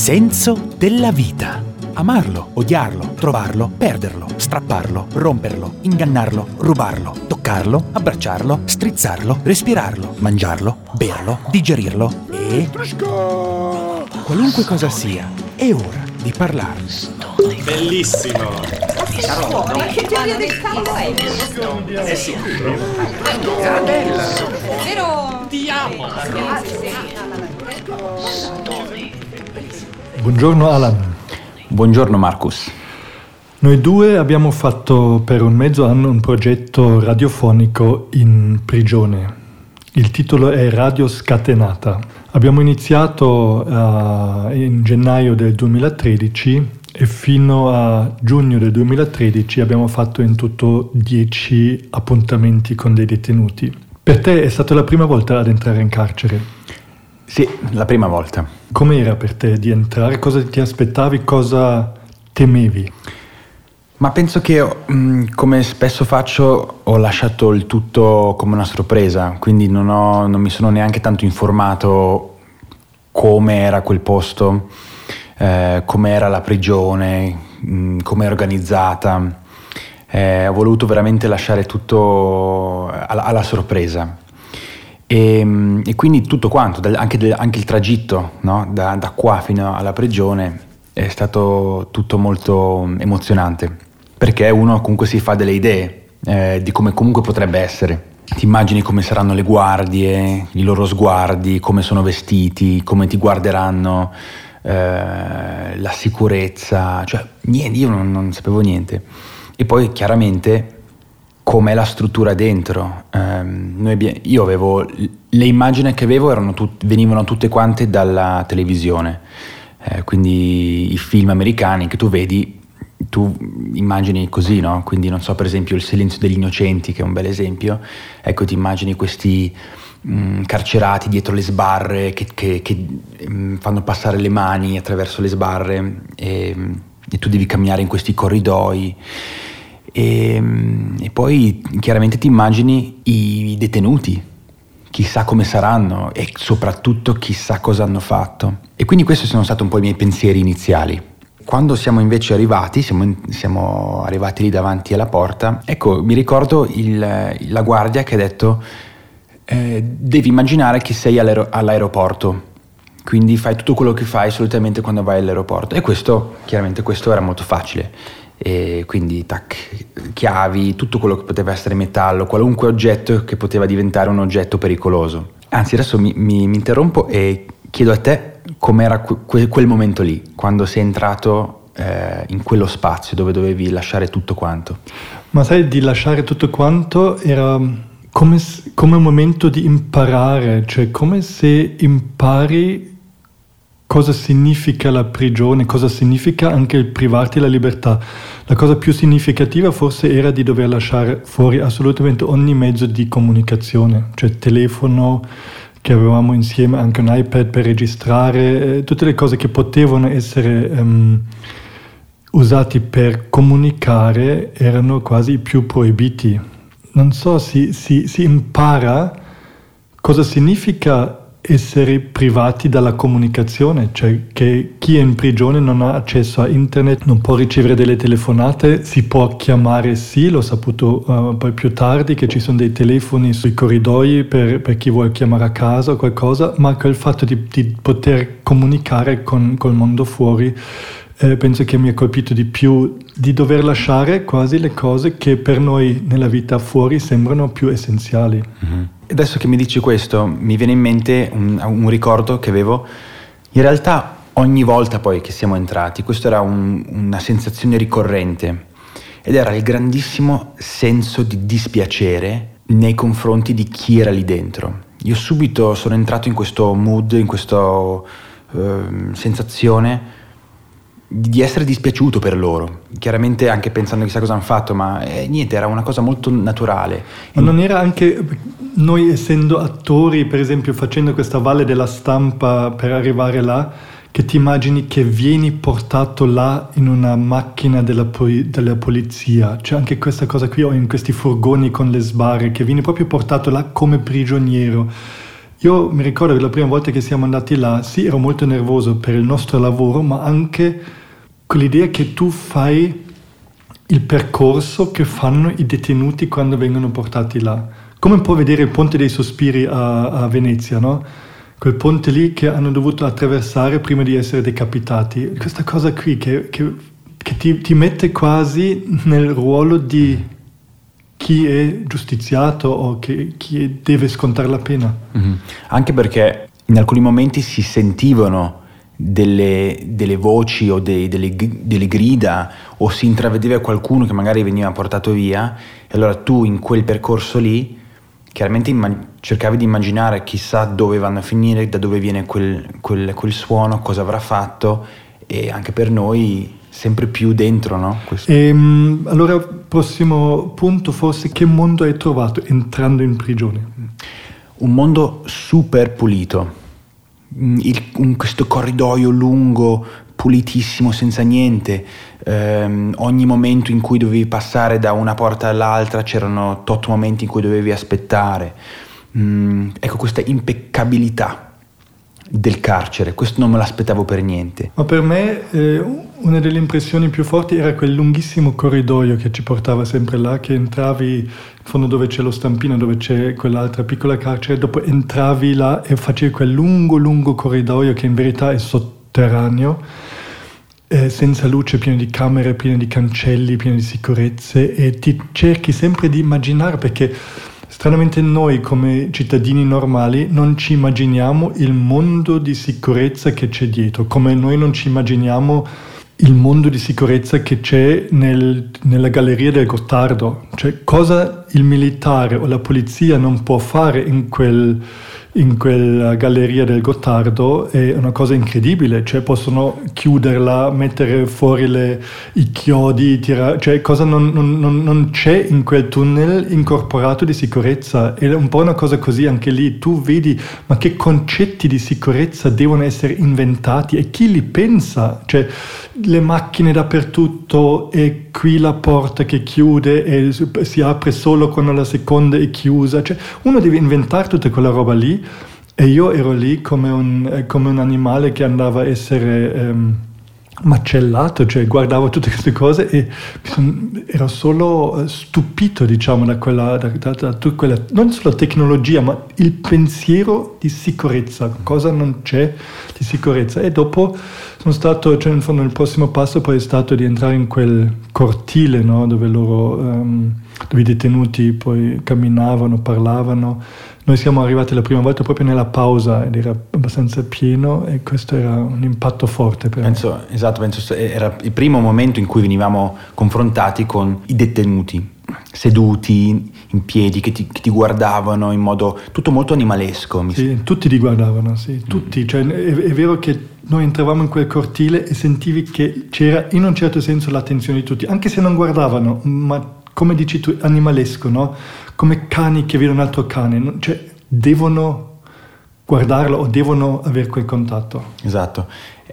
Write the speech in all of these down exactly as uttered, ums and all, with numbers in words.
senso della vita. Amarlo, odiarlo, trovarlo, perderlo, strapparlo, romperlo, ingannarlo, rubarlo, toccarlo, abbracciarlo, strizzarlo, respirarlo, mangiarlo, berlo, digerirlo e... qualunque cosa sia, è ora di parlarne. Bellissimo! Che teoria del cavolo è? Eh sì. Bella! Vero? Ti amo! Buongiorno Alan. Buongiorno Marcus. Noi due abbiamo fatto per un mezzo anno un progetto radiofonico in prigione. Il titolo è Radio Scatenata. Abbiamo iniziato uh, in gennaio del duemilatredici e fino a giugno del duemilatredici abbiamo fatto in tutto dieci appuntamenti con dei detenuti. Per te è stata la prima volta ad entrare in carcere? Sì, la prima volta. Com'era per te di entrare? Cosa ti aspettavi? Cosa temevi? Ma penso che, mh, come spesso faccio, ho lasciato il tutto come una sorpresa, quindi non, ho, non mi sono neanche tanto informato come era quel posto, eh, come era la prigione, mh, come è organizzata. Eh, ho voluto veramente lasciare tutto alla, alla sorpresa. E, e quindi tutto quanto, anche, del, anche il tragitto, no? da, da qua fino alla prigione è stato tutto molto emozionante, perché uno comunque si fa delle idee eh, di come comunque potrebbe essere. Ti immagini come saranno le guardie, i loro sguardi, come sono vestiti, come ti guarderanno, eh, la sicurezza, cioè niente, io non, non sapevo niente. E poi chiaramente com'è la struttura dentro. Eh, noi abbiamo, io avevo le immagini che avevo erano tut, venivano tutte quante dalla televisione, eh, quindi i film americani che tu vedi, tu immagini così, no? Quindi non so, per esempio Il silenzio degli innocenti, che è un bel esempio, ecco, ti immagini questi mh, carcerati dietro le sbarre che, che, che mh, fanno passare le mani attraverso le sbarre e, e tu devi camminare in questi corridoi. E, e poi chiaramente ti immagini i detenuti, chissà come saranno e soprattutto chissà cosa hanno fatto. E quindi questi sono stati un po' i miei pensieri iniziali. Quando siamo invece arrivati, siamo, in, siamo arrivati lì davanti alla porta, ecco, mi ricordo il, la guardia che ha detto eh, devi immaginare che sei all'aer- all'aeroporto, quindi fai tutto quello che fai solitamente quando vai all'aeroporto. E questo, chiaramente questo era molto facile. E quindi tac, chiavi, tutto quello che poteva essere metallo, qualunque oggetto che poteva diventare un oggetto pericoloso. Anzi, adesso mi, mi, mi interrompo e chiedo a te com'era que, quel momento lì, quando sei entrato eh, in quello spazio dove dovevi lasciare tutto quanto. Ma sai, di lasciare tutto quanto era come, come un momento di imparare, cioè come se impari cosa significa la prigione, cosa significa anche il privarti la libertà. La cosa più significativa forse era di dover lasciare fuori assolutamente ogni mezzo di comunicazione, cioè telefono che avevamo insieme, anche un iPad per registrare, eh, tutte le cose che potevano essere um, usati per comunicare erano quasi più proibiti. Non so, si, si, si impara cosa significa essere privati dalla comunicazione, cioè che chi è in prigione non ha accesso a internet, non può ricevere delle telefonate, si può chiamare, sì, l'ho saputo uh, poi più tardi che ci sono dei telefoni sui corridoi per, per chi vuole chiamare a casa o qualcosa, ma quel fatto di, di poter comunicare con col mondo fuori eh, penso che mi ha colpito di più, di dover lasciare quasi le cose che per noi nella vita fuori sembrano più essenziali. Mm-hmm. Adesso che mi dici questo, mi viene in mente un, un ricordo che avevo. In realtà ogni volta poi che siamo entrati, questo era un, una sensazione ricorrente, ed era il grandissimo senso di dispiacere nei confronti di chi era lì dentro. Io subito sono entrato in questo mood, in questa eh, sensazione di essere dispiaciuto per loro, chiaramente anche pensando chissà cosa hanno fatto, ma eh, niente, era una cosa molto naturale. Ma non era anche noi, essendo attori, per esempio facendo questa valle della stampa per arrivare là, che ti immagini che vieni portato là in una macchina della, poli- della polizia, cioè anche questa cosa qui, o in questi furgoni con le sbarre, che vieni proprio portato là come prigioniero. Io mi ricordo che la prima volta che siamo andati là, sì, ero molto nervoso per il nostro lavoro, ma anche quell'idea che tu fai il percorso che fanno i detenuti quando vengono portati là. Come un po' vedere il Ponte dei Sospiri a, a Venezia, no? Quel ponte lì che hanno dovuto attraversare prima di essere decapitati. Questa cosa qui che, che, che ti, ti mette quasi nel ruolo di chi è giustiziato o che, chi deve scontare la pena. Mm-hmm. Anche perché in alcuni momenti si sentivano delle, delle voci o dei, delle, delle grida, o si intravedeva qualcuno che magari veniva portato via, e allora tu in quel percorso lì chiaramente immag- cercavi di immaginare chissà dove vanno a finire, da dove viene quel, quel, quel suono, cosa avrà fatto, e anche per noi sempre più dentro, no? Questo. E, allora, prossimo punto, forse, che mondo hai trovato entrando in prigione? Un mondo super pulito, il, un, questo corridoio lungo, pulitissimo, senza niente. Eh, ogni momento in cui dovevi passare da una porta all'altra c'erano tot momenti in cui dovevi aspettare. Mm, ecco, questa impeccabilità del carcere, questo non me l'aspettavo per niente. Ma per me eh, una delle impressioni più forti era quel lunghissimo corridoio che ci portava sempre là, che entravi in fondo dove c'è lo Stampino, dove c'è quell'altra piccola carcere, dopo entravi là e facevi quel lungo lungo corridoio che in verità è sotterraneo, eh, senza luce, pieno di camere, pieno di cancelli, pieno di sicurezze, e ti cerchi sempre di immaginare, perché stranamente noi come cittadini normali non ci immaginiamo il mondo di sicurezza che c'è dietro, come noi non ci immaginiamo il mondo di sicurezza che c'è nel, nella galleria del Gottardo. Cioè, cosa il militare o la polizia non può fare in quel in quella galleria del Gottardo è una cosa incredibile. Cioè, possono chiuderla, mettere fuori le, i chiodi, tirare, cioè cosa non, non, non c'è in quel tunnel incorporato di sicurezza. È un po' una cosa così anche lì. Tu vedi, ma che concetti di sicurezza devono essere inventati e chi li pensa? Cioè, le macchine dappertutto e qui la porta che chiude e si apre solo quando la seconda è chiusa. Cioè, uno deve inventare tutta quella roba lì, e io ero lì come un, come un animale che andava a essere ehm, macellato, cioè guardavo tutte queste cose e mi son, ero solo stupito, diciamo, da quella, da, da, da, da quella, non solo tecnologia, ma il pensiero di sicurezza, cosa non c'è di sicurezza. E dopo sono stato, cioè in fondo il prossimo passo poi è stato di entrare in quel cortile, no, dove loro, um, dove i detenuti poi camminavano, parlavano. Noi siamo arrivati la prima volta proprio nella pausa ed era abbastanza pieno, e questo era un impatto forte per penso, me. Esatto, penso era il primo momento in cui venivamo confrontati con i detenuti, seduti, in piedi, che ti, che ti guardavano in modo tutto molto animalesco. Mi sì, tutti ti guardavano, sì, tutti. Mm. Cioè, è, è vero che noi entravamo in quel cortile e sentivi che c'era in un certo senso l'attenzione di tutti, anche se non guardavano, ma come dici tu, animalesco, no? Come cani che vedono un altro cane, cioè devono guardarlo o devono avere quel contatto. Esatto,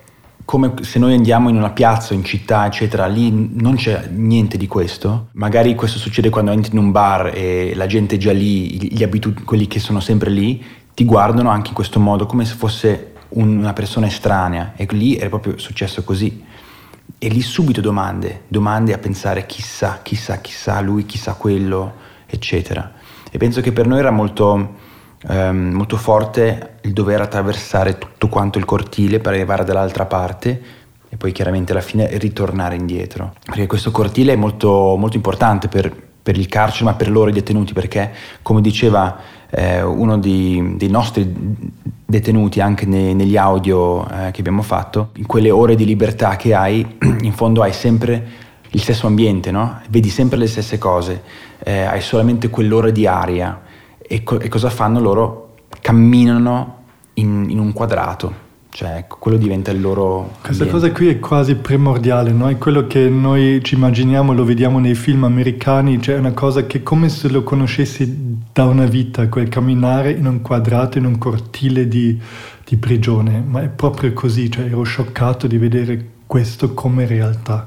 come se noi andiamo in una piazza, in città, eccetera, lì non c'è niente di questo. Magari questo succede quando entri in un bar e la gente è già lì, gli abitu- quelli che sono sempre lì, ti guardano anche in questo modo, come se fosse una persona estranea, e lì è proprio successo così. E lì subito domande, domande a pensare chissà, chissà, chissà lui, chissà quello, eccetera. E penso che per noi era molto, ehm, molto forte il dover attraversare tutto quanto il cortile per arrivare dall'altra parte e poi chiaramente alla fine ritornare indietro. Perché questo cortile è molto, molto importante per, per il carcere, ma per loro i detenuti, perché come diceva eh, uno di, dei nostri detenuti anche ne, negli audio eh, che abbiamo fatto, in quelle ore di libertà che hai, in fondo hai sempre il stesso ambiente, no? Vedi sempre le stesse cose, eh, hai solamente quell'ora di aria, e, co- e cosa fanno loro? Camminano in, in un quadrato, cioè quello diventa il loro questa ambiente. Cosa qui è quasi primordiale, no? È quello che noi ci immaginiamo, lo vediamo nei film americani, cioè è una cosa che come se lo conoscessi da una vita, quel camminare in un quadrato, in un cortile di, di prigione, ma è proprio così, cioè ero scioccato di vedere questo come realtà.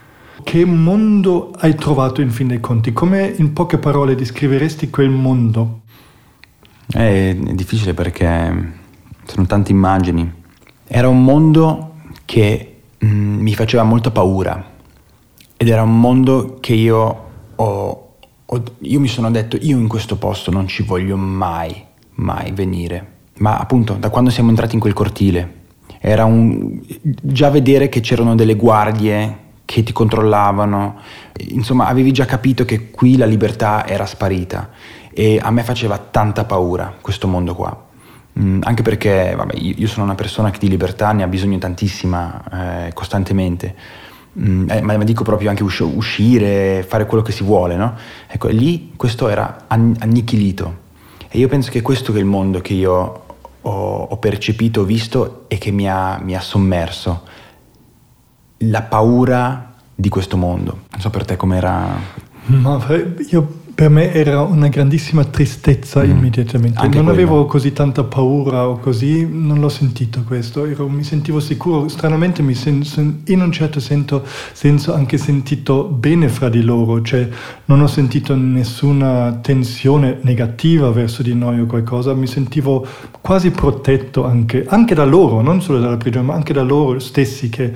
Che mondo hai trovato in fin dei conti? Come in poche parole descriveresti quel mondo? È difficile perché sono tante immagini. Era un mondo che mh, mi faceva molta paura ed era un mondo che io ho, ho io mi sono detto io in questo posto non ci voglio mai mai venire, ma appunto da quando siamo entrati in quel cortile era un già vedere che c'erano delle guardie che ti controllavano, insomma avevi già capito che qui la libertà era sparita e a me faceva tanta paura questo mondo qua. Mm, anche perché vabbè, io, io sono una persona che di libertà ne ha bisogno tantissima, eh, costantemente, mm, eh, ma, ma dico proprio anche usci- uscire, fare quello che si vuole, no? Ecco, lì questo era an- annichilito e io penso che questo è il mondo che io ho, ho percepito, ho visto e che mi ha, mi ha sommerso, la paura di questo mondo. Non so per te com'era. Ma io per me era una grandissima tristezza mm. immediatamente. Anche non quello. avevo così tanta paura o così, non l'ho sentito questo. Ero, mi sentivo sicuro, stranamente mi sen, sen, in un certo senso, senso anche sentito bene fra di loro, cioè non ho sentito nessuna tensione negativa verso di noi o qualcosa, mi sentivo quasi protetto anche, anche da loro, non solo dalla prigione, ma anche da loro stessi che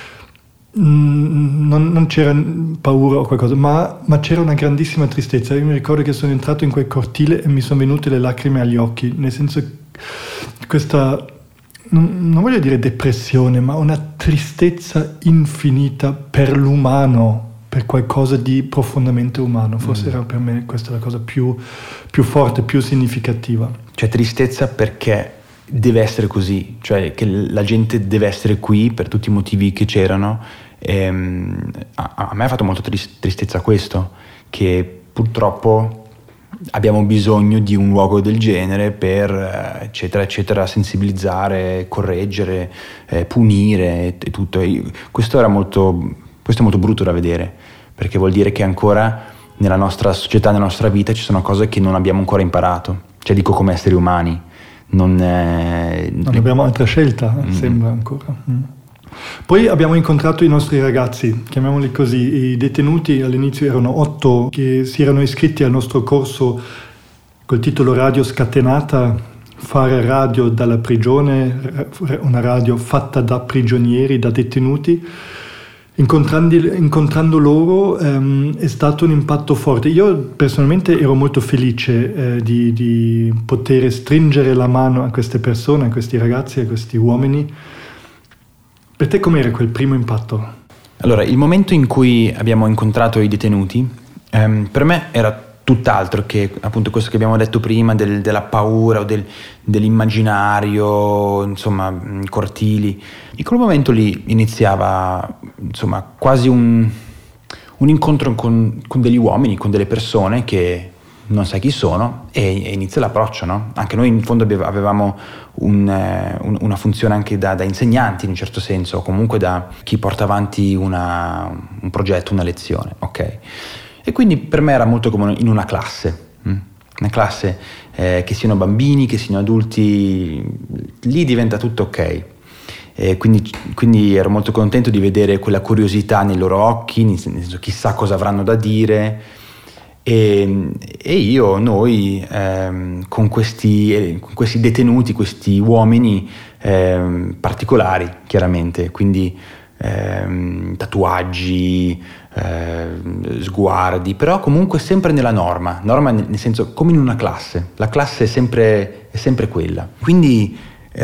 Non, non c'era paura o qualcosa, ma, ma c'era una grandissima tristezza. Io mi ricordo che sono entrato in quel cortile e mi sono venute le lacrime agli occhi, nel senso questa, non, non voglio dire depressione, ma una tristezza infinita per l'umano, per qualcosa di profondamente umano. Forse mm. era per me questa la cosa più, più forte, più significativa. Cioè tristezza perché deve essere così, cioè che la gente deve essere qui per tutti i motivi che c'erano. E, a, a me ha fatto molto trist- tristezza questo, che purtroppo abbiamo bisogno di un luogo del genere per eccetera eccetera, sensibilizzare, correggere, eh, punire e, e tutto. E questo era molto, questo è molto brutto da vedere, perché vuol dire che ancora nella nostra società, nella nostra vita ci sono cose che non abbiamo ancora imparato, cioè dico come esseri umani. Non, è... non abbiamo altra scelta, mm. sembra ancora. Mm. Poi abbiamo incontrato i nostri ragazzi, chiamiamoli così. I detenuti all'inizio erano otto che si erano iscritti al nostro corso col titolo Radio Scatenata, fare radio dalla prigione, una radio fatta da prigionieri, da detenuti. Incontrando, incontrando loro ehm, è stato un impatto forte. Io personalmente ero molto felice eh, di, di poter stringere la mano a queste persone, a questi ragazzi, a questi uomini. Per te com'era quel primo impatto? Allora, il momento in cui abbiamo incontrato i detenuti ehm, per me era tutt'altro che appunto questo che abbiamo detto prima del, della paura o del, dell'immaginario, insomma, cortili. In quel momento lì iniziava insomma quasi un, un incontro con, con degli uomini, con delle persone che non sai chi sono e, e inizia l'approccio, no? Anche noi in fondo avevamo un, un, una funzione anche da, da insegnanti in un certo senso, o comunque da chi porta avanti una, un progetto, una lezione, ok? E quindi per me era molto come in una classe, una classe eh, che siano bambini, che siano adulti, lì diventa tutto ok. E quindi, quindi ero molto contento di vedere quella curiosità nei loro occhi, nel senso chissà cosa avranno da dire. E, e io, noi, ehm, con, questi, eh, con questi detenuti, questi uomini ehm, particolari, chiaramente, quindi ehm, tatuaggi, Eh, sguardi, però comunque sempre nella norma, norma nel senso come in una classe, la classe è sempre, è sempre quella. Quindi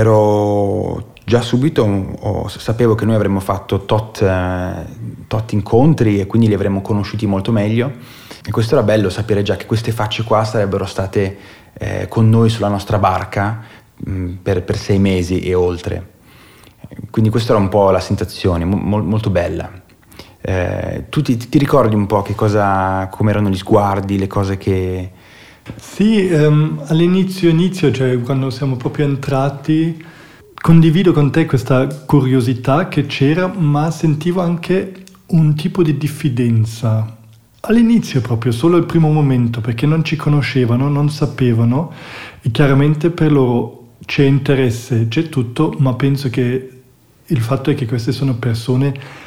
ero già subito, oh, sapevo che noi avremmo fatto tot, eh, tot incontri e quindi li avremmo conosciuti molto meglio e questo era bello, sapere già che queste facce qua sarebbero state eh, con noi sulla nostra barca mh, per, per sei mesi e oltre. Quindi questa era un po' la sensazione, mo- molto bella. Eh, tu ti, ti ricordi un po' che cosa, come erano gli sguardi, le cose che... Sì, um, all'inizio inizio, cioè quando siamo proprio entrati, condivido con te questa curiosità che c'era, ma sentivo anche un tipo di diffidenza. All'inizio proprio, solo il primo momento, perché non ci conoscevano, non sapevano, e chiaramente per loro c'è interesse, c'è tutto, ma penso che il fatto è che queste sono persone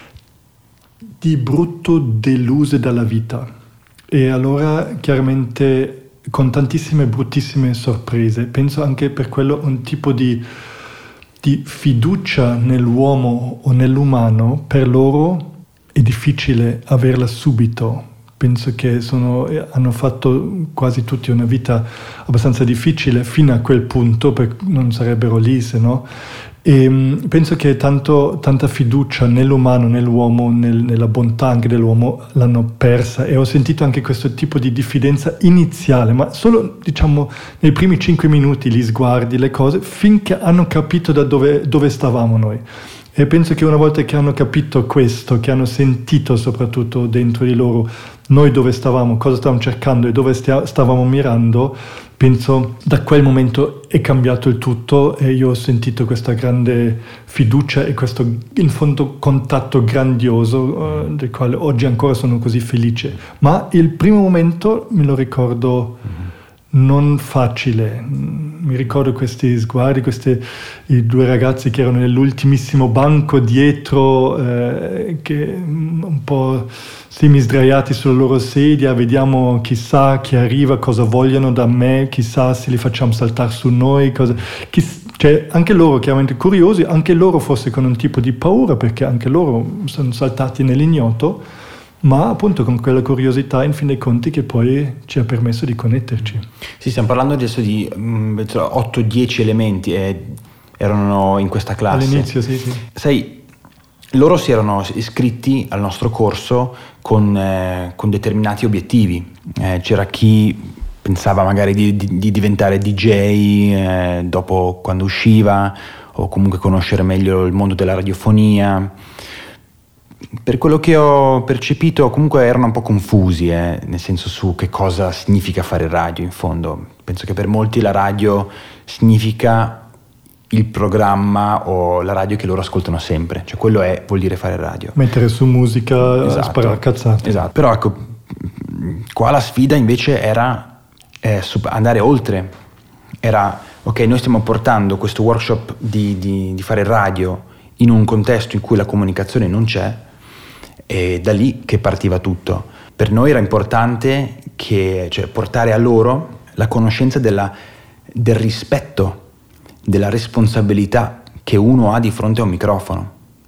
di brutto deluse dalla vita e allora chiaramente con tantissime bruttissime sorprese. Penso anche per quello un tipo di, di fiducia nell'uomo o nell'umano, per loro è difficile averla subito. Penso che sono, hanno fatto quasi tutti una vita abbastanza difficile fino a quel punto, perché non sarebbero lì se no. E penso che tanto, tanta fiducia nell'umano, nell'uomo, nel, nella bontà anche dell'uomo l'hanno persa, e ho sentito anche questo tipo di diffidenza iniziale, ma solo diciamo nei primi cinque minuti, gli sguardi, le cose, finché hanno capito da dove, dove stavamo noi. E penso che una volta che hanno capito questo, che hanno sentito soprattutto dentro di loro noi dove stavamo, cosa stavamo cercando e dove stia, stavamo mirando, penso da quel momento è cambiato il tutto, e io ho sentito questa grande fiducia e questo in fondo contatto grandioso, eh, del quale oggi ancora sono così felice. Ma il primo momento me lo ricordo non facile. Mi ricordo questi sguardi, questi i due ragazzi che erano nell'ultimissimo banco dietro, eh, che un po' semi sdraiati sulla loro sedia, vediamo chissà chi arriva, cosa vogliono da me, chissà se li facciamo saltare su noi, cosa, chiss- cioè anche loro chiaramente curiosi, anche loro forse con un tipo di paura, perché anche loro sono saltati nell'ignoto, ma appunto con quella curiosità in fin dei conti che poi ci ha permesso di connetterci. Sì, stiamo parlando adesso di um, otto dieci elementi e erano in questa classe. All'inizio, sì, sì. Sai, loro si erano iscritti al nostro corso con, eh, con determinati obiettivi. Eh, c'era chi pensava magari di, di, di diventare D J eh, dopo quando usciva, o comunque conoscere meglio il mondo della radiofonia. Per quello che ho percepito comunque erano un po' confusi, eh, nel senso su che cosa significa fare radio in fondo. Penso che per molti la radio significa il programma o la radio che loro ascoltano sempre, cioè quello è, vuol dire fare radio. Mettere su musica, esatto, sparare cazzate. Esatto, però ecco, qua la sfida invece era eh, andare oltre. Era, ok, noi stiamo portando questo workshop di, di, di fare radio in un contesto in cui la comunicazione non c'è, e da lì che partiva tutto. Per noi era importante che, cioè, portare a loro la conoscenza della, del rispetto, della responsabilità che uno ha di fronte a un microfono,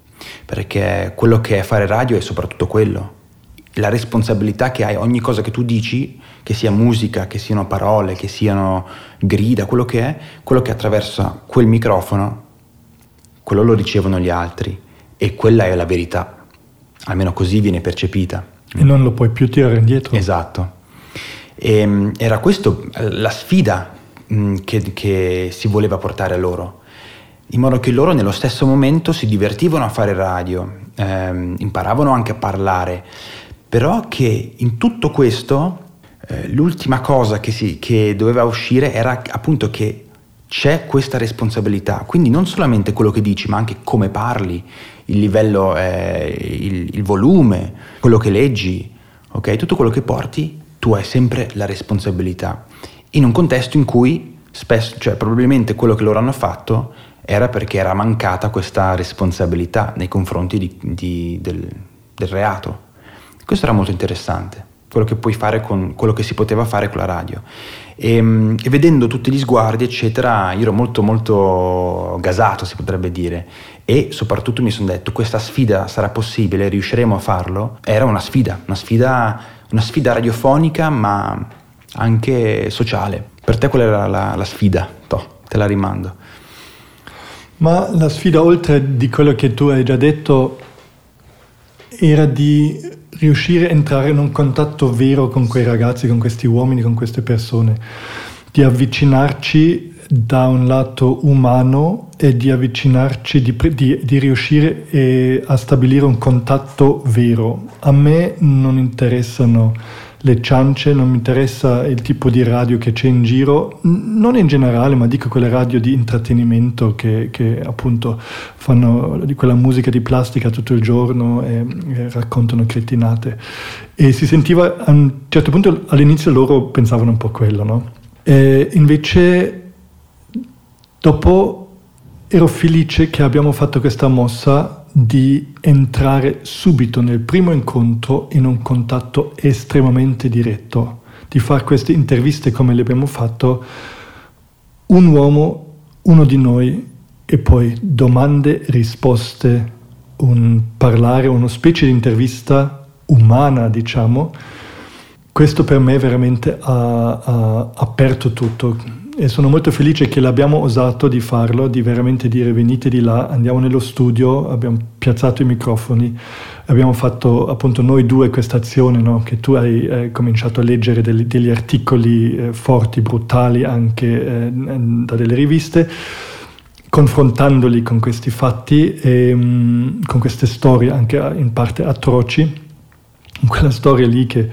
perché quello che è fare radio è soprattutto quello, la responsabilità che hai, ogni cosa che tu dici, che sia musica, che siano parole, che siano grida, quello che è, quello che attraversa quel microfono, quello lo ricevono gli altri, e quella è la verità, almeno così viene percepita. E non lo puoi più tirare indietro. Esatto. E, era questo la sfida mh, che, che si voleva portare a loro, in modo che loro nello stesso momento si divertivano a fare radio, ehm, imparavano anche a parlare, però che in tutto questo eh, l'ultima cosa che, si, che doveva uscire era appunto che c'è questa responsabilità, quindi non solamente quello che dici, ma anche come parli, il livello, eh, il, il volume, quello che leggi, ok? Tutto quello che porti, tu hai sempre la responsabilità, in un contesto in cui spesso, cioè probabilmente quello che loro hanno fatto era perché era mancata questa responsabilità nei confronti di, di, del, del reato. Questo era molto interessante, quello che puoi fare con quello che si poteva fare con la radio. E, e vedendo tutti gli sguardi eccetera, io ero molto molto gasato, si potrebbe dire, e soprattutto mi sono detto, questa sfida sarà possibile, riusciremo a farlo? Era una sfida, una sfida, una sfida radiofonica, ma anche sociale. Per te qual era la, la sfida? Toh, te la rimando. Ma la sfida, oltre di quello che tu hai già detto, era di riuscire a entrare in un contatto vero con quei ragazzi, con questi uomini, con queste persone, di avvicinarci da un lato umano e di avvicinarci, di, di, di riuscire eh, a stabilire un contatto vero. A me non interessano le ciance, non mi interessa il tipo di radio che c'è in giro, non in generale, ma dico quelle radio di intrattenimento che, che appunto fanno di quella musica di plastica tutto il giorno e, e raccontano cretinate. E si sentiva, a un certo punto all'inizio loro pensavano un po' quello, no? E invece dopo ero felice che abbiamo fatto questa mossa di entrare subito nel primo incontro in un contatto estremamente diretto, di fare queste interviste come le abbiamo fatto, un uomo, uno di noi, e poi domande, risposte, un parlare, una specie di intervista umana, diciamo. Questo per me veramente ha, ha aperto tutto e sono molto felice che l'abbiamo osato di farlo, di veramente dire venite di là, andiamo nello studio, abbiamo piazzato i microfoni, abbiamo fatto appunto noi due questa azione, no? Che tu hai eh, cominciato a leggere degli, degli articoli eh, forti, brutali anche eh, da delle riviste, confrontandoli con questi fatti e mh, con queste storie anche in parte atroci. Quella storia lì che,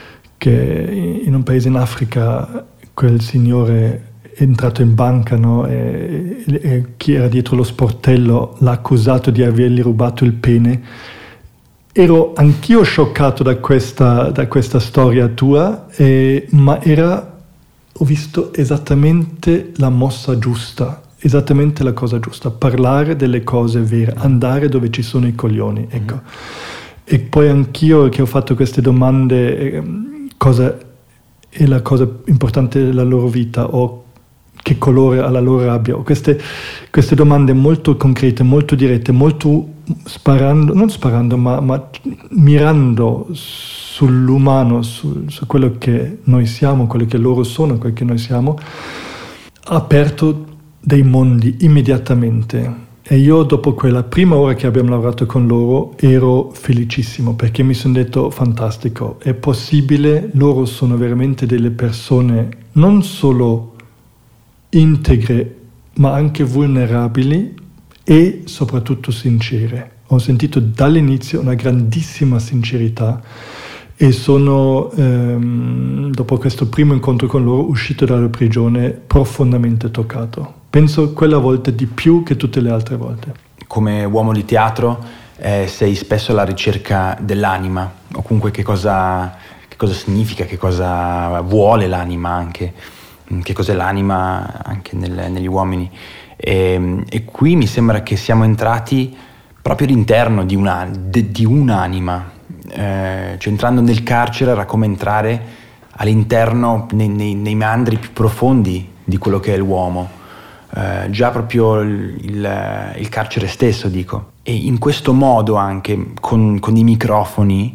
che in un paese in Africa quel signore è entrato in banca, no? e, e chi era dietro lo sportello l'ha accusato di avergli rubato il pene. Ero anch'io scioccato da questa, da questa storia tua, eh, ma era, ho visto esattamente la mossa giusta, esattamente la cosa giusta, parlare delle cose vere, andare dove ci sono i coglioni, ecco. Mm. E poi anch'io che ho fatto queste domande, eh, cosa è la cosa importante della loro vita, o che colore ha la loro rabbia, o queste, queste domande molto concrete, molto dirette, molto sparando, non sparando, ma, ma mirando sull'umano, su, su quello che noi siamo, quello che loro sono, quello che noi siamo, ha aperto dei mondi immediatamente. E io dopo quella prima ora che abbiamo lavorato con loro ero felicissimo, perché mi sono detto fantastico, è possibile, loro sono veramente delle persone non solo integre ma anche vulnerabili e soprattutto sincere. Ho sentito dall'inizio una grandissima sincerità e sono, ehm, dopo questo primo incontro con loro, uscito dalla prigione profondamente toccato. Penso quella volta di più che tutte le altre volte. Come uomo di teatro eh, sei spesso alla ricerca dell'anima, o comunque che cosa, che cosa significa, che cosa vuole l'anima anche, che cos'è l'anima anche nel, negli uomini. E, e qui mi sembra che siamo entrati proprio all'interno di, una, de, di un'anima, eh, cioè entrando nel carcere era come entrare all'interno, nei, nei, nei meandri più profondi di quello che è l'uomo. Uh, già proprio il, il, il carcere stesso, dico. E in questo modo anche con, con i microfoni,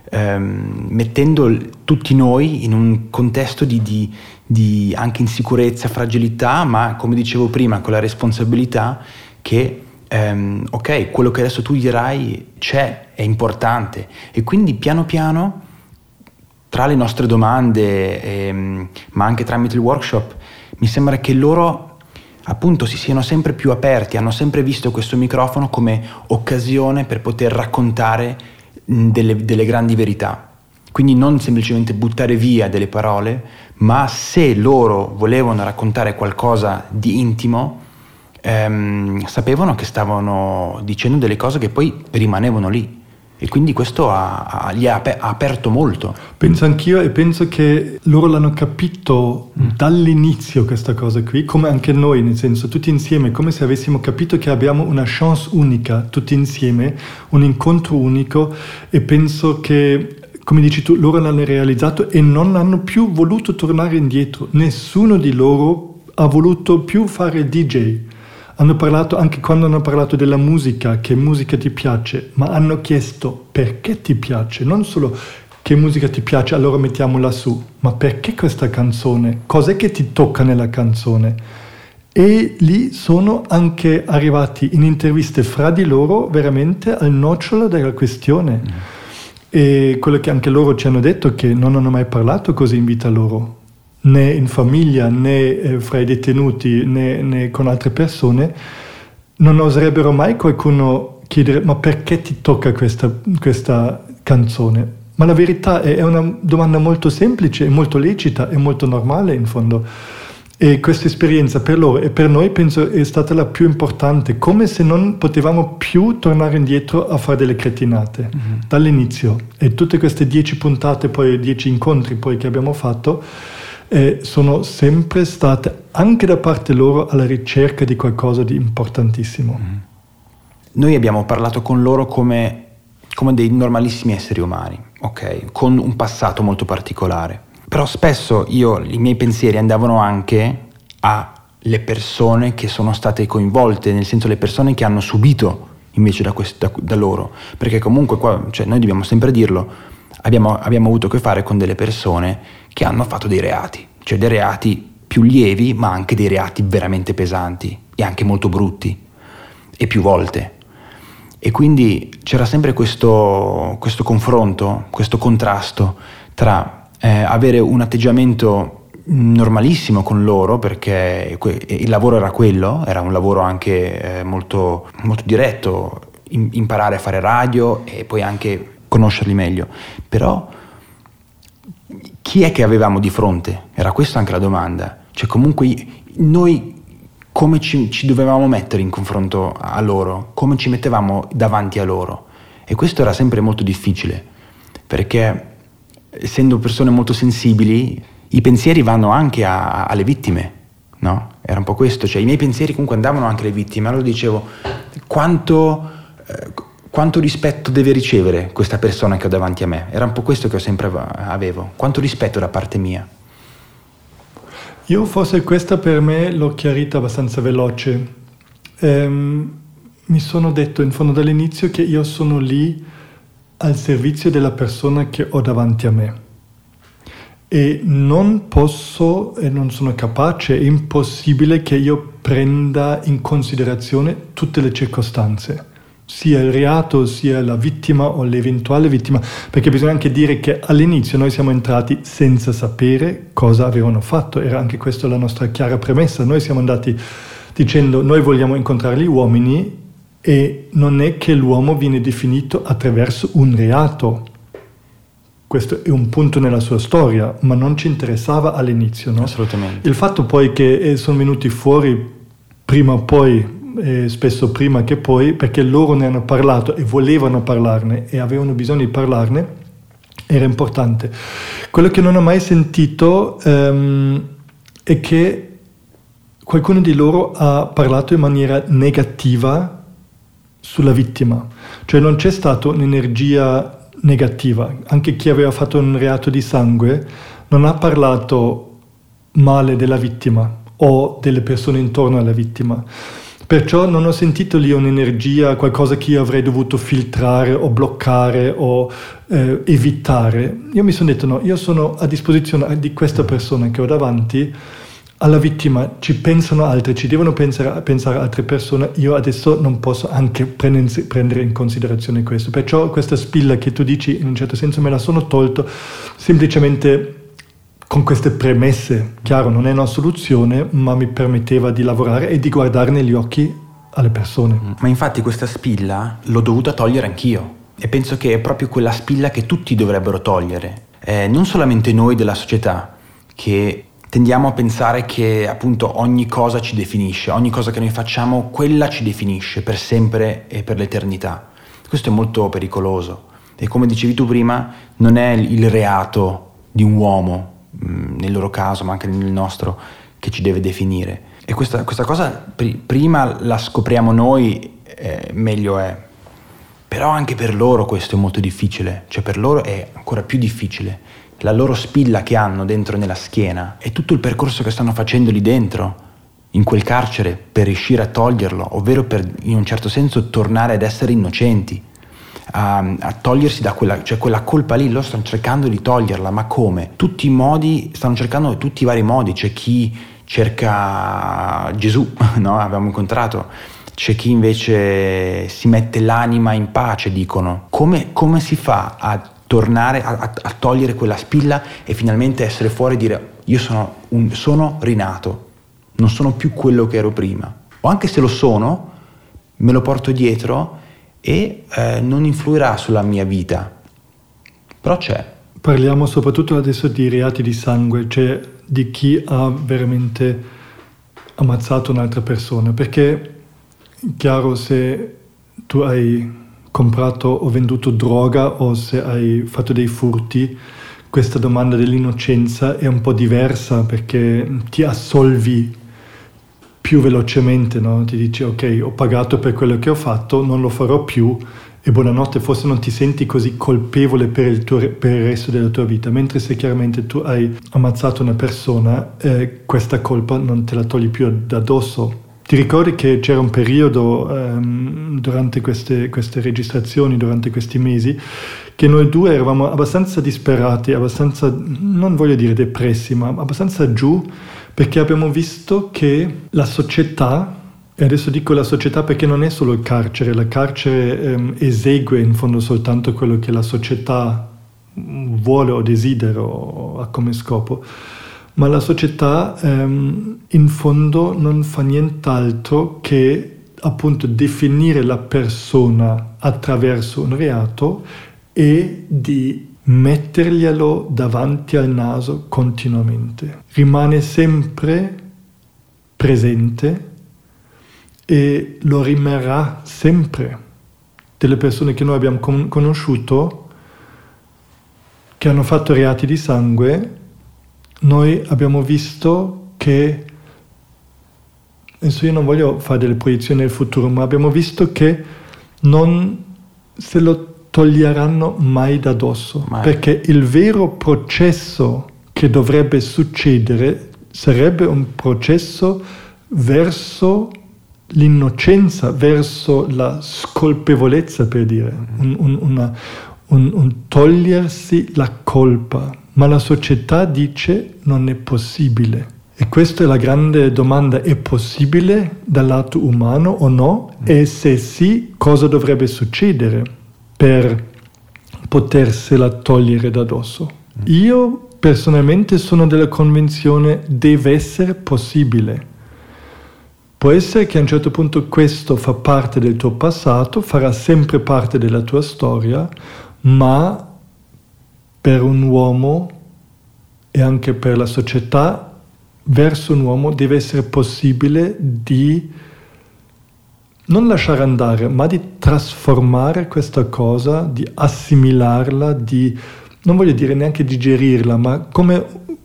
um, mettendo tutti noi in un contesto di, di, di anche insicurezza, fragilità, ma come dicevo prima, con la responsabilità che um, ok, quello che adesso tu dirai c'è, è importante. E quindi piano piano, tra le nostre domande, ehm, ma anche tramite il workshop, mi sembra che loro appunto si siano sempre più aperti, hanno sempre visto questo microfono come occasione per poter raccontare delle, delle grandi verità. Quindi non semplicemente buttare via delle parole, ma se loro volevano raccontare qualcosa di intimo, ehm, sapevano che stavano dicendo delle cose che poi rimanevano lì. E quindi questo ha, ha, gli ha, ap- ha aperto molto. Penso anch'io, e penso che loro l'hanno capito mm. dall'inizio questa cosa qui, come anche noi, nel senso tutti insieme, come se avessimo capito che abbiamo una chance unica, tutti insieme, un incontro unico, e penso che, come dici tu, loro l'hanno realizzato e non hanno più voluto tornare indietro. Nessuno di loro ha voluto più fare D J. Hanno parlato, anche quando hanno parlato della musica, che musica ti piace, ma hanno chiesto perché ti piace, non solo che musica ti piace, allora mettiamola su, ma perché questa canzone, cos'è che ti tocca nella canzone? E lì sono anche arrivati in interviste fra di loro veramente al nocciolo della questione. Mm. E quello che anche loro ci hanno detto è che non hanno mai parlato così in vita loro, né in famiglia, né eh, fra i detenuti, né, né con altre persone. Non oserebbero mai qualcuno chiedere ma perché ti tocca questa, questa canzone? Ma la verità è, è una domanda molto semplice, molto lecita e molto normale in fondo. E questa esperienza per loro e per noi penso è stata la più importante, come se non potevamo più tornare indietro a fare delle cretinate mm-hmm. dall'inizio. E tutte queste dieci puntate, poi dieci incontri poi che abbiamo fatto, Eh, sono sempre state anche da parte loro alla ricerca di qualcosa di importantissimo. Mm. Noi abbiamo parlato con loro come, come dei normalissimi esseri umani, ok? Con un passato molto particolare. però spesso io, i miei pensieri andavano anche alle persone che sono state coinvolte, nel senso le persone che hanno subito invece da, quest- da, da loro, perché comunque qua, cioè, noi dobbiamo sempre dirlo, abbiamo, abbiamo avuto a che fare con delle persone che hanno fatto dei reati, cioè dei reati più lievi ma anche dei reati veramente pesanti e anche molto brutti, e più volte. E quindi c'era sempre questo, questo confronto, questo contrasto tra eh, avere un atteggiamento normalissimo con loro, perché que- il lavoro era quello, era un lavoro anche eh, molto, molto diretto, in- imparare a fare radio e poi anche conoscerli meglio. Però chi è che avevamo di fronte? Era questa anche la domanda. Cioè comunque noi come ci, ci dovevamo mettere in confronto a loro, come ci mettevamo davanti a loro, e questo era sempre molto difficile, perché essendo persone molto sensibili i pensieri vanno anche a, alle vittime, no? Era un po' questo, cioè i miei pensieri comunque andavano anche alle vittime. Allora dicevo, quanto, eh, quanto rispetto deve ricevere questa persona che ho davanti a me? Era un po' questo che io sempre avevo, quanto rispetto da parte mia. Io forse questa per me l'ho chiarita abbastanza veloce. Ehm, mi sono detto in fondo dall'inizio che io sono lì al servizio della persona che ho davanti a me e non posso e non sono capace, è impossibile che io prenda in considerazione tutte le circostanze, sia il reato, sia la vittima o l'eventuale vittima, perché bisogna anche dire che all'inizio noi siamo entrati senza sapere cosa avevano fatto, era anche questa la nostra chiara premessa. Noi siamo andati dicendo noi vogliamo incontrare gli uomini e non è che l'uomo viene definito attraverso un reato. Questo è un punto nella sua storia, ma non ci interessava all'inizio, no? Assolutamente. Il fatto poi che sono venuti fuori prima o poi, eh, spesso prima che poi, perché loro ne hanno parlato e volevano parlarne e avevano bisogno di parlarne, era importante. Quello che non ho mai sentito ehm, è che qualcuno di loro ha parlato in maniera negativa sulla vittima, cioè non c'è stata un'energia negativa. Anche chi aveva fatto un reato di sangue non ha parlato male della vittima o delle persone intorno alla vittima, perciò non ho sentito lì un'energia, qualcosa che io avrei dovuto filtrare o bloccare o eh, evitare. Io mi sono detto no, io sono a disposizione di questa persona che ho davanti. Alla vittima ci pensano altri, ci devono pensare, pensare altre persone, io adesso non posso anche prendere in considerazione questo. Perciò questa spilla che tu dici in un certo senso me la sono tolto semplicemente con queste premesse. Chiaro, non è una soluzione, ma mi permetteva di lavorare e di guardare negli occhi alle persone. Ma infatti questa spilla l'ho dovuta togliere anch'io e penso che è proprio quella spilla che tutti dovrebbero togliere, eh, non solamente noi della società, che tendiamo a pensare che appunto ogni cosa ci definisce, ogni cosa che noi facciamo, quella ci definisce per sempre e per l'eternità. Questo è molto pericoloso e come dicevi tu prima, non è il reato di un uomo, mh, nel loro caso, ma anche nel nostro, che ci deve definire. E questa, questa cosa pr- prima la scopriamo noi, eh, meglio è. Però anche per loro questo è molto difficile, cioè per loro è ancora più difficile. La loro spilla che hanno dentro nella schiena e tutto il percorso che stanno facendo lì dentro, in quel carcere, per riuscire a toglierlo, ovvero per in un certo senso tornare ad essere innocenti, a, a togliersi da quella, cioè quella colpa lì, loro stanno cercando di toglierla, ma come? Tutti i modi, stanno cercando tutti i vari modi, c'è chi cerca Gesù, no? Abbiamo incontrato, c'è chi invece si mette l'anima in pace, dicono. Come, come si fa a tornare a, a, a togliere quella spilla e finalmente essere fuori e dire io sono, un, sono rinato, non sono più quello che ero prima, o anche se lo sono me lo porto dietro e eh, non influirà sulla mia vita, però c'è. Parliamo soprattutto adesso di reati di sangue, cioè di chi ha veramente ammazzato un'altra persona, perché chiaro, se tu hai comprato o venduto droga o se hai fatto dei furti, questa domanda dell'innocenza è un po' diversa perché ti assolvi più velocemente, no? Ti dici ok, ho pagato per quello che ho fatto, non lo farò più e buonanotte, forse non ti senti così colpevole per il, tuo, per il resto della tua vita, mentre se chiaramente tu hai ammazzato una persona, eh, questa colpa non te la togli più da addosso. Ti ricordi che c'era un periodo ehm, durante queste, queste registrazioni, durante questi mesi, che noi due eravamo abbastanza disperati, abbastanza, non voglio dire depressi, ma abbastanza giù, perché abbiamo visto che la società, e adesso dico la società perché non è solo il carcere, la carcere ehm, esegue in fondo soltanto quello che la società vuole o desidera o ha come scopo, ma la società ehm, in fondo non fa nient'altro che appunto definire la persona attraverso un reato e di metterglielo davanti al naso continuamente. Rimane sempre presente e lo rimarrà sempre. Delle persone che noi abbiamo con- conosciuto che hanno fatto reati di sangue, noi abbiamo visto che, adesso io non voglio fare delle proiezioni nel futuro, ma abbiamo visto che non se lo toglieranno mai da dosso, mai. Perché il vero processo che dovrebbe succedere sarebbe un processo verso l'innocenza, verso la scolpevolezza, per dire, un, un, una, un, un togliersi la colpa. Ma la società dice non è possibile. E questa è la grande domanda: è possibile dal lato umano o no? Mm. E se sì, cosa dovrebbe succedere per potersela togliere da dosso? Mm. Io personalmente sono della convinzione deve essere possibile. Può essere che a un certo punto questo fa parte del tuo passato, farà sempre parte della tua storia, ma per un uomo e anche per la società, verso un uomo deve essere possibile di non lasciare andare, ma di trasformare questa cosa, di assimilarla, di, non voglio dire neanche digerirla, ma come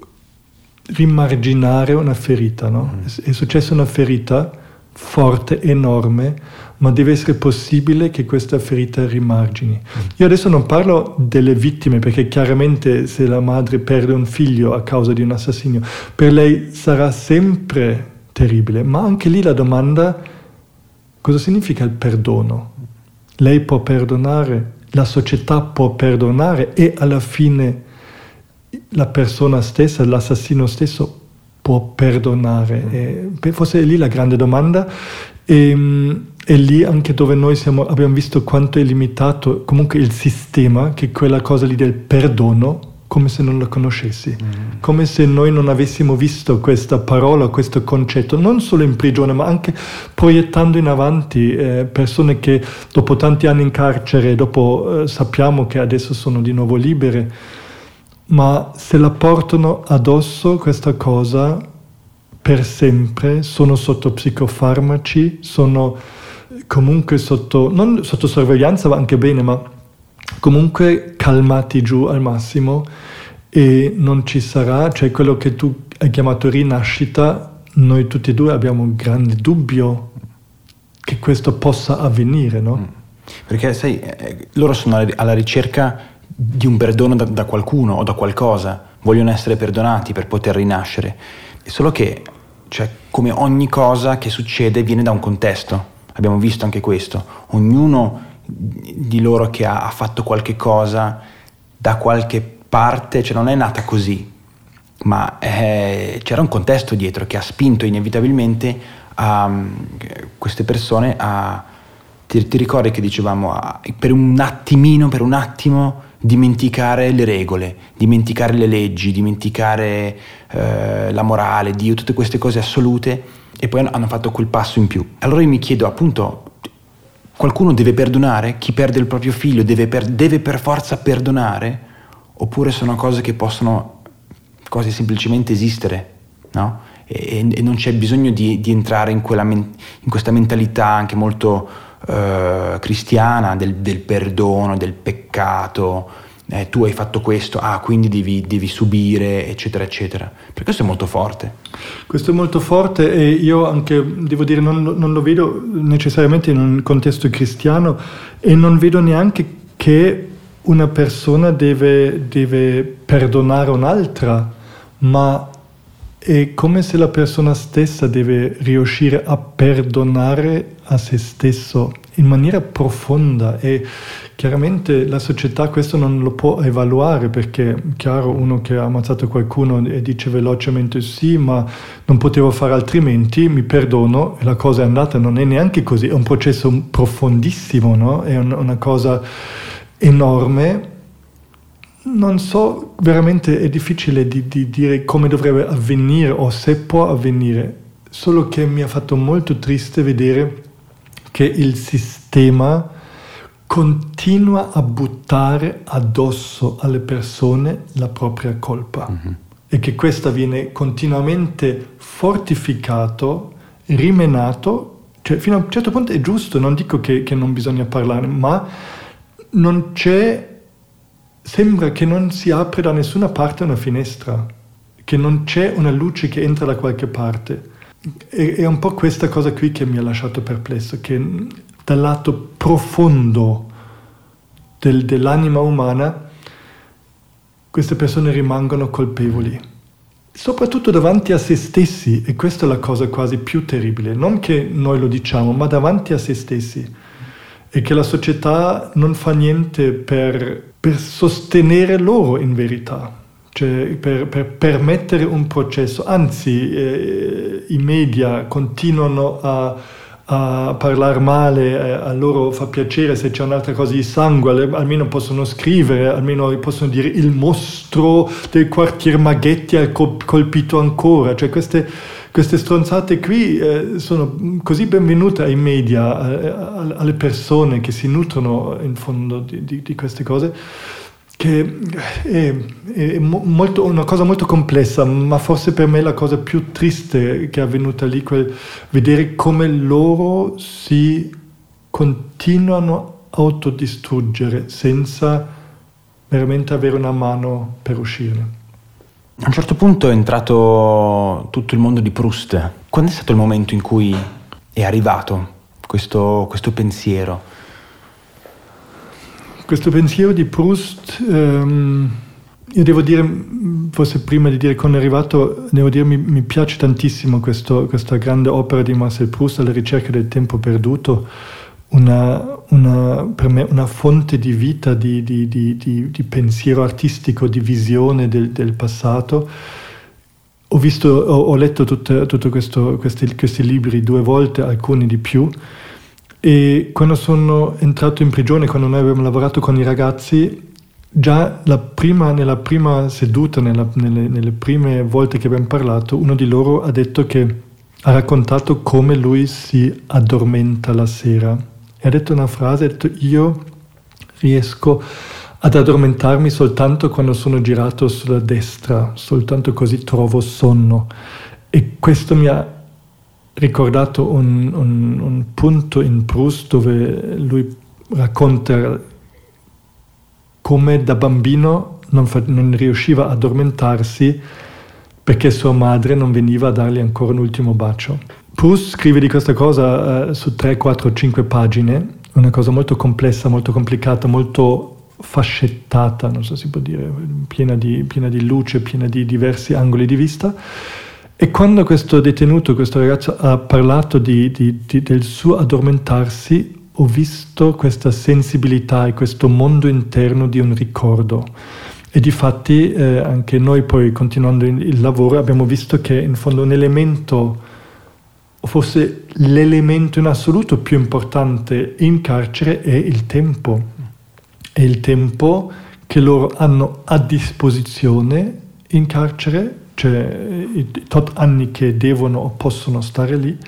rimarginare una ferita, no? Mm. È successa una ferita forte, enorme, ma deve essere possibile che questa ferita rimargini. Io adesso non parlo delle vittime, perché chiaramente se la madre perde un figlio a causa di un assassinio, per lei sarà sempre terribile, ma anche lì la domanda: cosa significa il perdono? Lei può perdonare, la società può perdonare e alla fine la persona stessa, l'assassino stesso può perdonare. E forse è lì la grande domanda. E, è lì anche dove noi siamo, abbiamo visto quanto è limitato comunque il sistema, che quella cosa lì del perdono, come se non lo conoscessi, mm. come se noi non avessimo visto questa parola, questo concetto, non solo in prigione, ma anche proiettando in avanti eh, persone che dopo tanti anni in carcere, dopo eh, sappiamo che adesso sono di nuovo libere, ma se la portano addosso questa cosa per sempre, sono sotto psicofarmaci, sono comunque sotto, non sotto sorveglianza, va anche bene, ma comunque calmati giù al massimo, e non ci sarà, cioè quello che tu hai chiamato rinascita, noi tutti e due abbiamo un grande dubbio che questo possa avvenire, no? Perché sai, loro sono alla ricerca di un perdono da, da qualcuno o da qualcosa, vogliono essere perdonati per poter rinascere, solo che, cioè, come ogni cosa che succede viene da un contesto. Abbiamo visto anche questo, ognuno di loro che ha, ha fatto qualche cosa da qualche parte, cioè non è nata così, ma è, c'era un contesto dietro che ha spinto inevitabilmente a queste persone a, ti, ti ricordi che dicevamo, a, per un attimino, per un attimo dimenticare le regole, dimenticare le leggi, dimenticare eh, la morale, Dio, tutte queste cose assolute, e poi hanno fatto quel passo in più. Allora io mi chiedo, appunto, qualcuno deve perdonare? Chi perde il proprio figlio deve per, deve per forza perdonare? Oppure sono cose che possono quasi semplicemente esistere, no? E, e non c'è bisogno di, di entrare in, quella men- in questa mentalità anche molto eh, cristiana del, del perdono, del peccato, eh, tu hai fatto questo, ah quindi devi, devi subire, eccetera eccetera. Per questo è molto forte. Questo è molto forte, e io anche, devo dire, non, non lo vedo necessariamente in un contesto cristiano, e non vedo neanche che una persona deve, deve perdonare un'altra, ma è come se la persona stessa deve riuscire a perdonare a se stesso in maniera profonda. E chiaramente la società questo non lo può evaluare, perché chiaro, uno che ha ammazzato qualcuno e dice velocemente sì, ma non potevo fare altrimenti, mi perdono, e la cosa è andata. Non è neanche così, è un processo profondissimo, no? È un, una cosa enorme. Non so, veramente è difficile di, di dire come dovrebbe avvenire o se può avvenire, solo che mi ha fatto molto triste vedere che il sistema continua a buttare addosso alle persone la propria colpa, mm-hmm. e che questa viene continuamente fortificato, rimenato, cioè fino a un certo punto è giusto, non dico che, che non bisogna parlare, ma non c'è, sembra che non si apre da nessuna parte una finestra, che non c'è una luce che entra da qualche parte. E, è un po' questa cosa qui che mi ha lasciato perplesso, che dal lato profondo del, dell'anima umana queste persone rimangono colpevoli, soprattutto davanti a se stessi, e questa è la cosa quasi più terribile, non che noi lo diciamo, ma davanti a se stessi, e che la società non fa niente per, per sostenere loro in verità, cioè per, per permettere un processo. Anzi, eh, i media continuano a, a parlare male, eh, a loro fa piacere se c'è un'altra cosa di sangue, almeno possono scrivere, almeno possono dire il mostro del quartier Maghetti ha colpito ancora, cioè queste, queste stronzate qui eh, sono così benvenute ai media, eh, alle persone che si nutrono in fondo di, di, di queste cose, che è, è molto, una cosa molto complessa, ma forse per me la cosa più triste che è avvenuta lì, quel, vedere come loro si continuano a autodistruggere senza veramente avere una mano per uscirne. A un certo punto è entrato tutto il mondo di Proust. Quando è stato il momento in cui è arrivato questo, questo pensiero? Questo pensiero di Proust, ehm, io devo dire, forse prima di dire quando è arrivato, devo dire mi, mi piace tantissimo questo, questa grande opera di Marcel Proust, Alla ricerca del tempo perduto, una, una, per me una fonte di vita, di, di, di, di, di pensiero artistico, di visione del, del passato. Ho visto, ho, ho letto tutti questi, questi libri due volte, alcuni di più, e quando sono entrato in prigione, quando noi abbiamo lavorato con i ragazzi, già la prima, nella prima seduta, nella, nelle, nelle prime volte che abbiamo parlato, uno di loro ha detto che ha raccontato come lui si addormenta la sera. E ha detto una frase, ha detto: io riesco ad addormentarmi soltanto quando sono girato sulla destra, soltanto così trovo sonno. E questo mi ha ricordato un, un, un punto in Proust dove lui racconta come da bambino non, fa, non riusciva ad addormentarsi perché sua madre non veniva a dargli ancora un ultimo bacio. Proust scrive di questa cosa uh, su tre, quattro, cinque pagine, una cosa molto complessa, molto complicata, molto fascettata, non so se si può dire, piena di, piena di luce, piena di diversi angoli di vista. E quando questo detenuto, questo ragazzo ha parlato di, di, di, del suo addormentarsi, ho visto questa sensibilità e questo mondo interno di un ricordo. E difatti eh, anche noi poi, continuando il lavoro, abbiamo visto che in fondo un elemento, o forse l'elemento in assoluto più importante in carcere, è il tempo. È il tempo che loro hanno a disposizione in carcere, cioè i tot anni che devono o possono stare lì,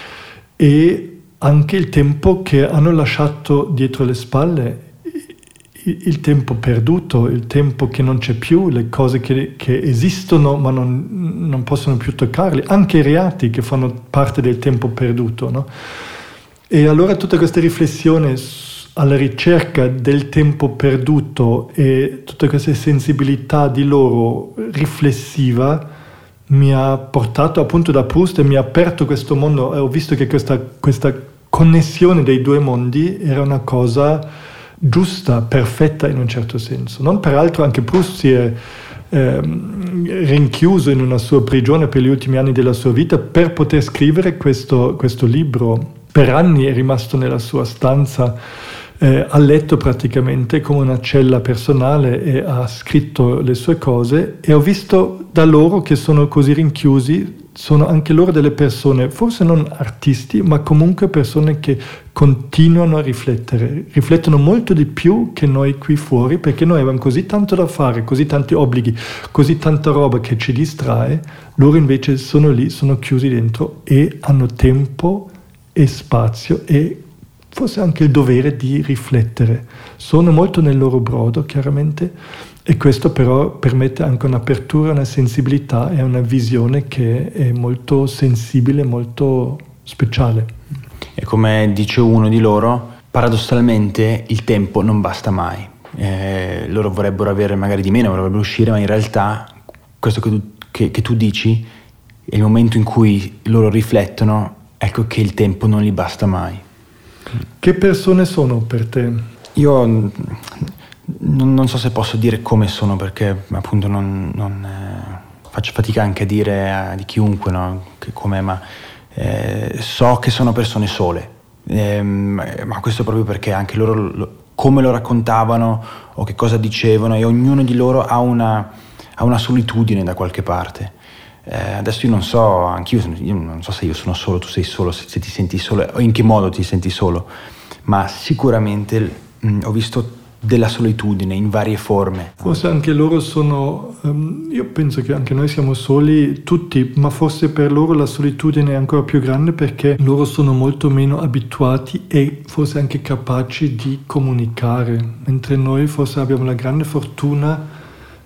e anche il tempo che hanno lasciato dietro le spalle, il tempo perduto, il tempo che non c'è più, le cose che, che esistono ma non, non possono più toccarli, anche i reati che fanno parte del tempo perduto, no? E allora tutta questa riflessione alla ricerca del tempo perduto e tutta questa sensibilità di loro riflessiva mi ha portato appunto da Proust e mi ha aperto questo mondo, e ho visto che questa, questa connessione dei due mondi era una cosa giusta, perfetta in un certo senso. Non peraltro anche Proust si è eh, rinchiuso in una sua prigione per gli ultimi anni della sua vita per poter scrivere questo, questo libro. Per anni è rimasto nella sua stanza eh, a letto praticamente come una cella personale e ha scritto le sue cose, e ho visto da loro che sono così rinchiusi, sono anche loro delle persone, forse non artisti, ma comunque persone che continuano a riflettere, riflettono molto di più che noi qui fuori, perché noi abbiamo così tanto da fare, così tanti obblighi, così tanta roba che ci distrae. Loro invece sono lì, sono chiusi dentro e hanno tempo e spazio e forse anche il dovere di riflettere. Sono molto nel loro brodo, chiaramente, e questo però permette anche un'apertura, una sensibilità e una visione che è molto sensibile, molto speciale. E come dice uno di loro, paradossalmente il tempo non basta mai. Eh, loro vorrebbero avere magari di meno, vorrebbero uscire, ma in realtà questo che tu, che, che tu dici è il momento in cui loro riflettono, ecco che il tempo non gli basta mai. Che persone sono per te? Io non, non so se posso dire come sono, perché appunto non, non eh, faccio fatica anche a dire a, di chiunque, no? Che com'è, ma eh, so che sono persone sole, eh, ma questo proprio perché anche loro lo, come lo raccontavano o che cosa dicevano, e ognuno di loro ha una, ha una solitudine da qualche parte. Eh, adesso io non so, anch'io io non so se io sono solo, tu sei solo, se, se ti senti solo o in che modo ti senti solo, ma sicuramente mh, ho visto della solitudine in varie forme. Forse anche loro sono, um, io penso che anche noi siamo soli tutti, ma forse per loro la solitudine è ancora più grande perché loro sono molto meno abituati e forse anche capaci di comunicare, mentre noi forse abbiamo la grande fortuna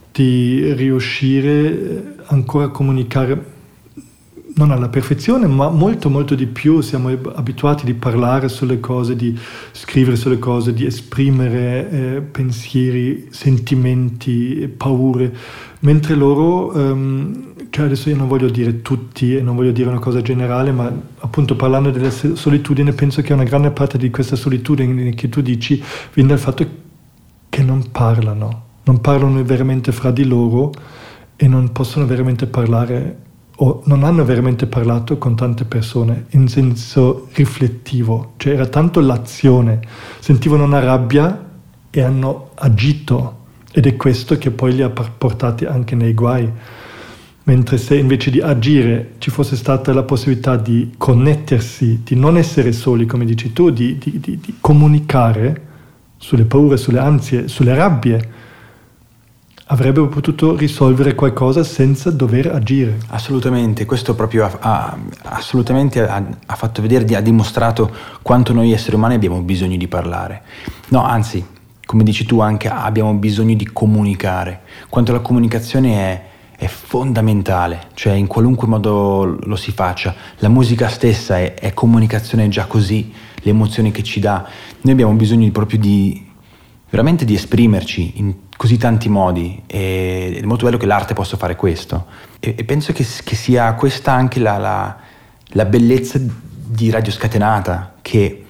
di riuscire ancora a comunicare non alla perfezione, ma molto molto di più. Siamo abituati di parlare sulle cose, di scrivere sulle cose, di esprimere eh, pensieri, sentimenti, paure, mentre loro, um, cioè adesso io non voglio dire tutti e non voglio dire una cosa generale, ma appunto parlando della solitudine, penso che una grande parte di questa solitudine che tu dici viene dal fatto che non parlano. Non parlano veramente fra di loro e non possono veramente parlare o non hanno veramente parlato con tante persone in senso riflettivo, cioè era tanto l'azione, sentivano una rabbia e hanno agito, ed è questo che poi li ha portati anche nei guai. Mentre se invece di agire ci fosse stata la possibilità di connettersi, di non essere soli come dici tu, di, di, di, di comunicare sulle paure, sulle ansie, sulle rabbie, avrebbero potuto risolvere qualcosa senza dover agire. Assolutamente, questo proprio ha, ha, assolutamente ha, ha fatto vedere, ha dimostrato quanto noi esseri umani abbiamo bisogno di parlare. No, anzi, come dici tu, anche abbiamo bisogno di comunicare, quanto la comunicazione è, è fondamentale, cioè in qualunque modo lo si faccia. La musica stessa è, è comunicazione già così, le emozioni che ci dà. Noi abbiamo bisogno proprio di veramente di esprimerci in così tanti modi, e è molto bello che l'arte possa fare questo, e, e penso che, che sia questa anche la, la, la bellezza di Radio Scatenata, che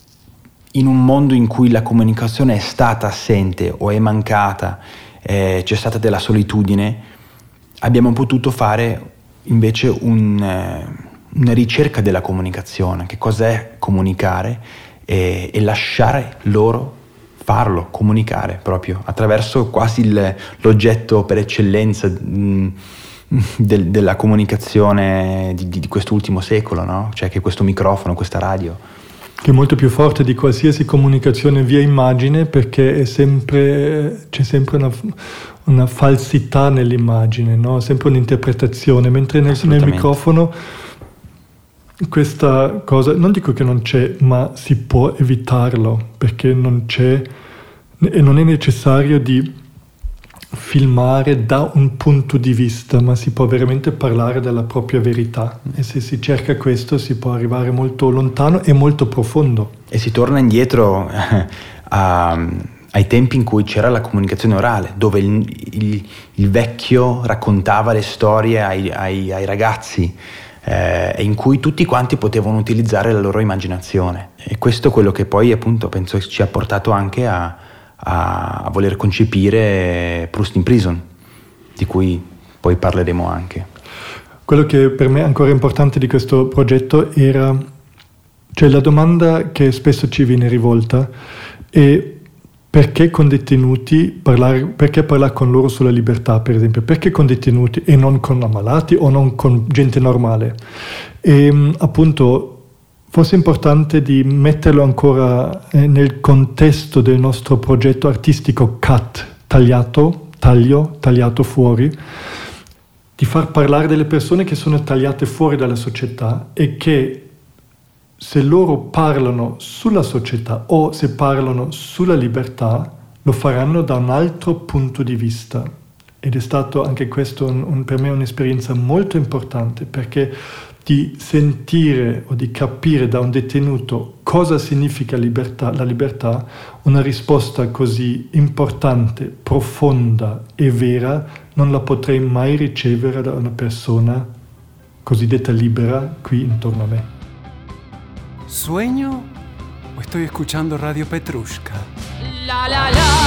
in un mondo in cui la comunicazione è stata assente o è mancata, eh, c'è stata della solitudine, abbiamo potuto fare invece un, eh, una ricerca della comunicazione, che cos'è comunicare, e, e lasciare loro farlo, comunicare proprio attraverso quasi il, l'oggetto per eccellenza mh, del, della comunicazione di, di quest'ultimo secolo, no? Cioè che questo microfono, questa radio, che è molto più forte di qualsiasi comunicazione via immagine, perché è sempre, c'è sempre una, una falsità nell'immagine, no? Sempre un'interpretazione, mentre nel, nel microfono questa cosa, non dico che non c'è, ma si può evitarlo, perché non c'è e non è necessario di filmare da un punto di vista, ma si può veramente parlare della propria verità, e se si cerca questo si può arrivare molto lontano e molto profondo. E si torna indietro a, ai tempi in cui c'era la comunicazione orale, dove il, il, il vecchio raccontava le storie ai, ai, ai ragazzi, eh, in cui tutti quanti potevano utilizzare la loro immaginazione. E questo è quello che poi appunto penso ci ha portato anche a, a, a voler concepire Proust in Prison, di cui poi parleremo anche. Quello che per me è ancora importante di questo progetto era, cioè la domanda che spesso ci viene rivolta è: perché con detenuti parlare, perché parlare con loro sulla libertà, per esempio? Perché con detenuti e non con ammalati o non con gente normale? E appunto forse è importante di metterlo ancora eh, nel contesto del nostro progetto artistico C U T, tagliato, taglio, tagliato fuori, di far parlare delle persone che sono tagliate fuori dalla società e che, se loro parlano sulla società o se parlano sulla libertà, lo faranno da un altro punto di vista. Ed è stato anche questo un, un, per me un'esperienza molto importante, perché di sentire o di capire da un detenuto cosa significa libertà, la libertà, una risposta così importante, profonda e vera, non la potrei mai ricevere da una persona cosiddetta libera qui intorno a me. ¿Sueño o estoy escuchando Radio Petrushka? La la la.